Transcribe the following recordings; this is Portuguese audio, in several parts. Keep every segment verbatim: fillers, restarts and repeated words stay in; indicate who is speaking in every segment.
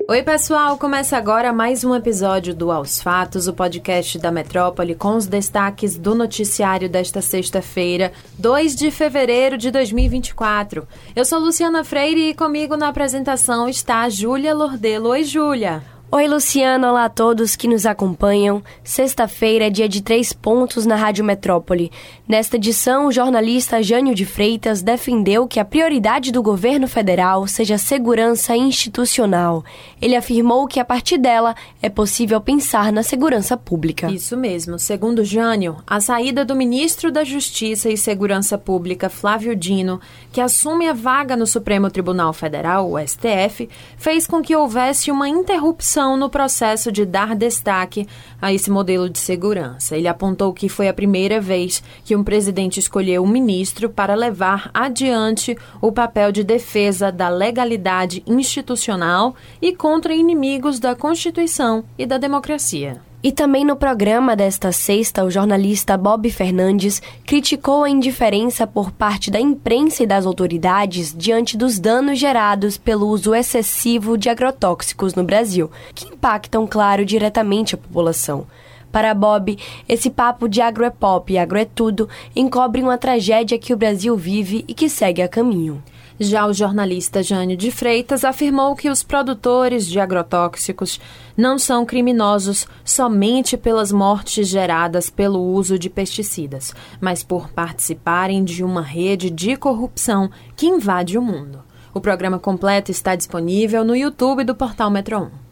Speaker 1: Oi pessoal, começa agora mais um episódio do Aos Fatos, o podcast da Metrópole com os destaques do noticiário desta sexta-feira, dois de fevereiro de dois mil e vinte e quatro. Eu sou Luciana Freire e comigo na apresentação está a Júlia Lordelo. Oi, Júlia!
Speaker 2: Oi, Luciana, olá a todos que nos acompanham. Sexta-feira é dia de três pontos na Rádio Metrópole. Nesta edição, o jornalista Jânio de Freitas defendeu que a prioridade do governo federal seja a segurança institucional. Ele afirmou que, a partir dela, é possível pensar na segurança pública.
Speaker 1: Isso mesmo. Segundo Jânio, a saída do ministro da Justiça e Segurança Pública, Flávio Dino, que assume a vaga no Supremo Tribunal Federal, o S T F, fez com que houvesse uma interrupção no processo de dar destaque a esse modelo de segurança. Ele apontou que foi a primeira vez que um presidente escolheu um ministro para levar adiante o papel de defesa da legalidade institucional e contra inimigos da Constituição e da democracia.
Speaker 2: E também no programa desta sexta, o jornalista Bob Fernandes criticou a indiferença por parte da imprensa e das autoridades diante dos danos gerados pelo uso excessivo de agrotóxicos no Brasil, que impactam, claro, diretamente a população. Para Bob, esse papo de agro é pop e agro é tudo encobre uma tragédia que o Brasil vive e que segue a caminho.
Speaker 1: Já o jornalista Jânio de Freitas afirmou que os produtores de agrotóxicos não são criminosos somente pelas mortes geradas pelo uso de pesticidas, mas por participarem de uma rede de corrupção que invade o mundo. O programa completo está disponível no YouTube do Portal Metro um.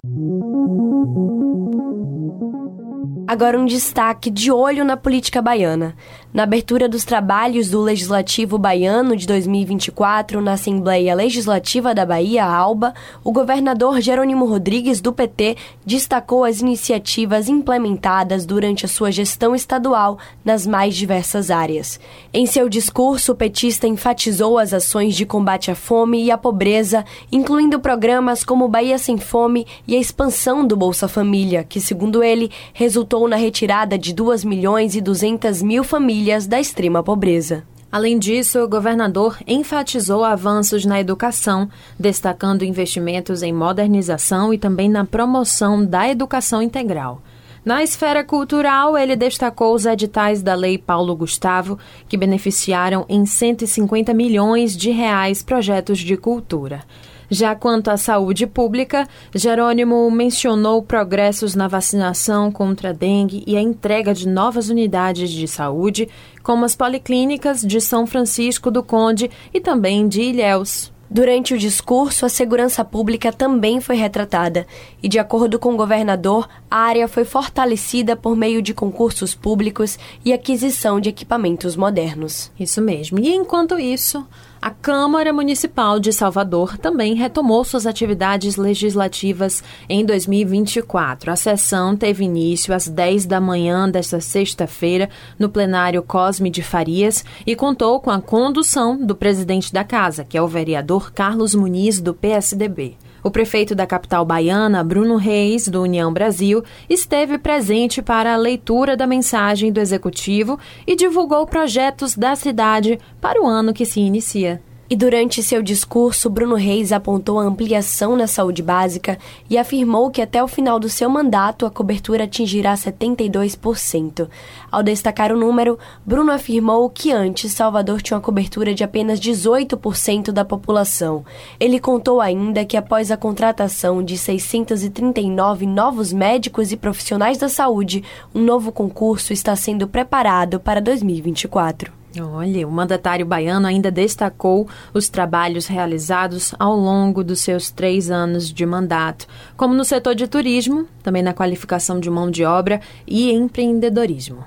Speaker 2: Agora um destaque de olho na política baiana. Na abertura dos trabalhos do Legislativo Baiano de dois mil e vinte e quatro na Assembleia Legislativa da Bahia, ALBA, o governador Jerônimo Rodrigues, do P T, destacou as iniciativas implementadas durante a sua gestão estadual nas mais diversas áreas. Em seu discurso, o petista enfatizou as ações de combate à fome e à pobreza, incluindo programas como Bahia Sem Fome e a expansão do Bolsa Família, que, segundo ele, resultou na retirada de dois milhões e duzentas mil famílias da extrema pobreza.
Speaker 1: Além disso, o governador enfatizou avanços na educação, destacando investimentos em modernização e também na promoção da educação integral. Na esfera cultural, ele destacou os editais da Lei Paulo Gustavo, que beneficiaram em cento e cinquenta milhões de reais projetos de cultura. Já quanto à saúde pública, Jerônimo mencionou progressos na vacinação contra a dengue e a entrega de novas unidades de saúde, como as policlínicas de São Francisco do Conde e também de Ilhéus.
Speaker 2: Durante o discurso, a segurança pública também foi retratada e, de acordo com o governador, a área foi fortalecida por meio de concursos públicos e aquisição de equipamentos modernos.
Speaker 1: Isso mesmo. E, enquanto isso, a Câmara Municipal de Salvador também retomou suas atividades legislativas em dois mil e vinte e quatro. A sessão teve início às dez da manhã desta sexta-feira no plenário Cosme de Farias e contou com a condução do presidente da casa, que é o vereador Carlos Muniz, do P S D B. O prefeito da capital baiana, Bruno Reis, do União Brasil, esteve presente para a leitura da mensagem do executivo e divulgou projetos da cidade para o ano que se inicia.
Speaker 2: E durante seu discurso, Bruno Reis apontou a ampliação na saúde básica e afirmou que até o final do seu mandato a cobertura atingirá setenta e dois por cento. Ao destacar o número, Bruno afirmou que antes Salvador tinha uma cobertura de apenas dezoito por cento da população. Ele contou ainda que após a contratação de seiscentos e trinta e nove novos médicos e profissionais da saúde, um novo concurso está sendo preparado para dois mil e vinte e quatro.
Speaker 1: Olha, o mandatário baiano ainda destacou os trabalhos realizados ao longo dos seus três anos de mandato, como no setor de turismo, também na qualificação de mão de obra e empreendedorismo.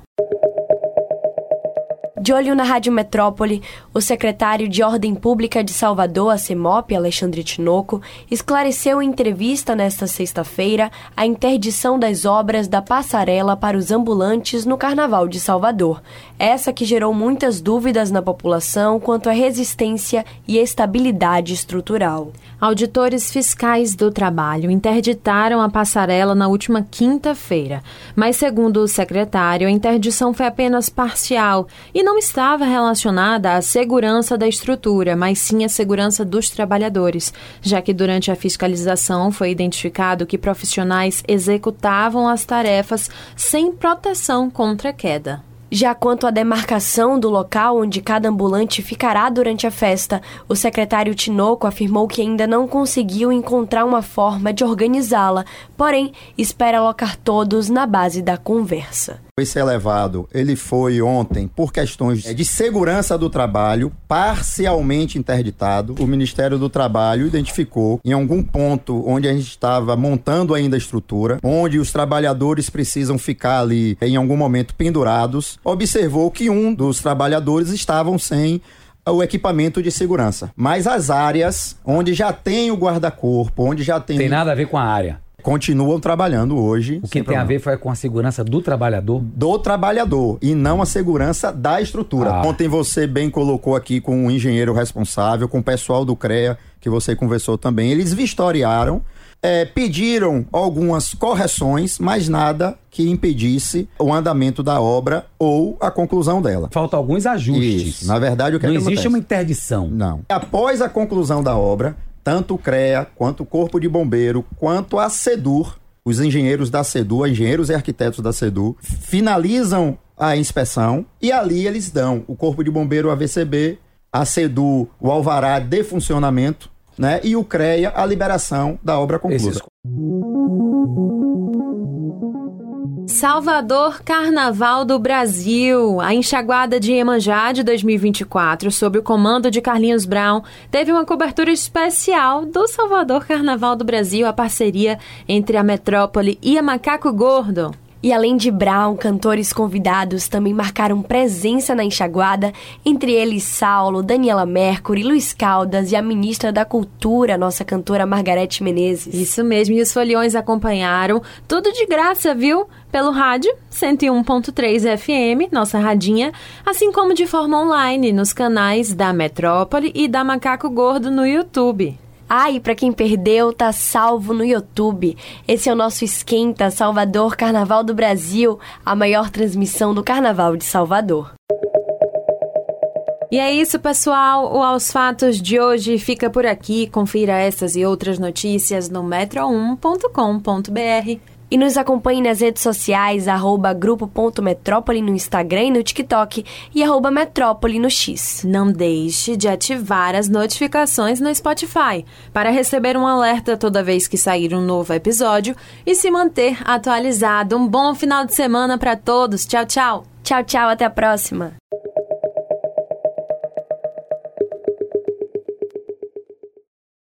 Speaker 2: De olho na Rádio Metrópole, o secretário de Ordem Pública de Salvador, a CEMOP, Alexandre Tinoco, esclareceu em entrevista nesta sexta-feira a interdição das obras da passarela para os ambulantes no Carnaval de Salvador. Essa que gerou muitas dúvidas na população quanto à resistência e estabilidade estrutural.
Speaker 1: Auditores fiscais do trabalho interditaram a passarela na última quinta-feira, mas, segundo o secretário, a interdição foi apenas parcial e não não estava relacionada à segurança da estrutura, mas sim à segurança dos trabalhadores, já que durante a fiscalização foi identificado que profissionais executavam as tarefas sem proteção contra a queda.
Speaker 2: Já quanto à demarcação do local onde cada ambulante ficará durante a festa, o secretário Tinoco afirmou que ainda não conseguiu encontrar uma forma de organizá-la, porém espera alocar todos na base da conversa.
Speaker 3: Esse elevado, ele foi ontem, por questões de segurança do trabalho, parcialmente interditado. O Ministério do Trabalho identificou em algum ponto onde a gente estava montando ainda a estrutura, onde os trabalhadores precisam ficar ali em algum momento pendurados, observou que um dos trabalhadores estavam sem o equipamento de segurança. Mas as áreas onde já tem o guarda-corpo, onde já tem...
Speaker 4: Tem nada a ver com a área.
Speaker 3: Continuam trabalhando hoje.
Speaker 4: O que tem a ver foi com a segurança do trabalhador?
Speaker 3: Do trabalhador, e não a segurança da estrutura. Ah. Ontem você bem colocou aqui com o engenheiro responsável, com o pessoal do CREA, que você conversou também. Eles vistoriaram, é, pediram algumas correções, mas nada que impedisse o andamento da obra ou a conclusão dela.
Speaker 4: Faltam alguns ajustes.
Speaker 3: Isso. Na verdade, o que
Speaker 4: Não
Speaker 3: é que
Speaker 4: existe
Speaker 3: acontece?
Speaker 4: Uma interdição.
Speaker 3: Não. Após a conclusão da obra, tanto o CREA, quanto o Corpo de Bombeiro, quanto a SEDUR, os engenheiros da SEDUR, engenheiros e arquitetos da SEDUR, finalizam a inspeção e ali eles dão o Corpo de Bombeiro, a V C B, a SEDUR, o alvará de funcionamento, né, e o CREA, a liberação da obra concluída. Esses...
Speaker 1: Salvador Carnaval do Brasil. A enxaguada de Iemanjá de dois mil e vinte e quatro, sob o comando de Carlinhos Brown, teve uma cobertura especial do Salvador Carnaval do Brasil, a parceria entre a Metrópole e a Macaco Gordo.
Speaker 2: E além de Brown, cantores convidados também marcaram presença na enxaguada, entre eles Saulo, Daniela Mercury, Luiz Caldas e a ministra da Cultura, nossa cantora Margarete Menezes.
Speaker 1: Isso mesmo, e os foliões acompanharam, tudo de graça, viu? Pelo rádio cento e um ponto três F M, nossa radinha, assim como de forma online nos canais da Metrópole e da Macaco Gordo no YouTube.
Speaker 2: Ah, e pra quem perdeu, tá salvo no YouTube. Esse é o nosso Esquenta Salvador Carnaval do Brasil, a maior transmissão do Carnaval de Salvador.
Speaker 1: E é isso, pessoal. O Aos Fatos de hoje fica por aqui. Confira essas e outras notícias no metro um ponto com ponto b r.
Speaker 2: E nos acompanhe nas redes sociais, arroba grupo.metrópole no Instagram e no TikTok e arroba metrópole no X.
Speaker 1: Não deixe de ativar as notificações no Spotify para receber um alerta toda vez que sair um novo episódio e se manter atualizado. Um bom final de semana para todos. Tchau, tchau.
Speaker 2: Tchau, tchau. Até a próxima.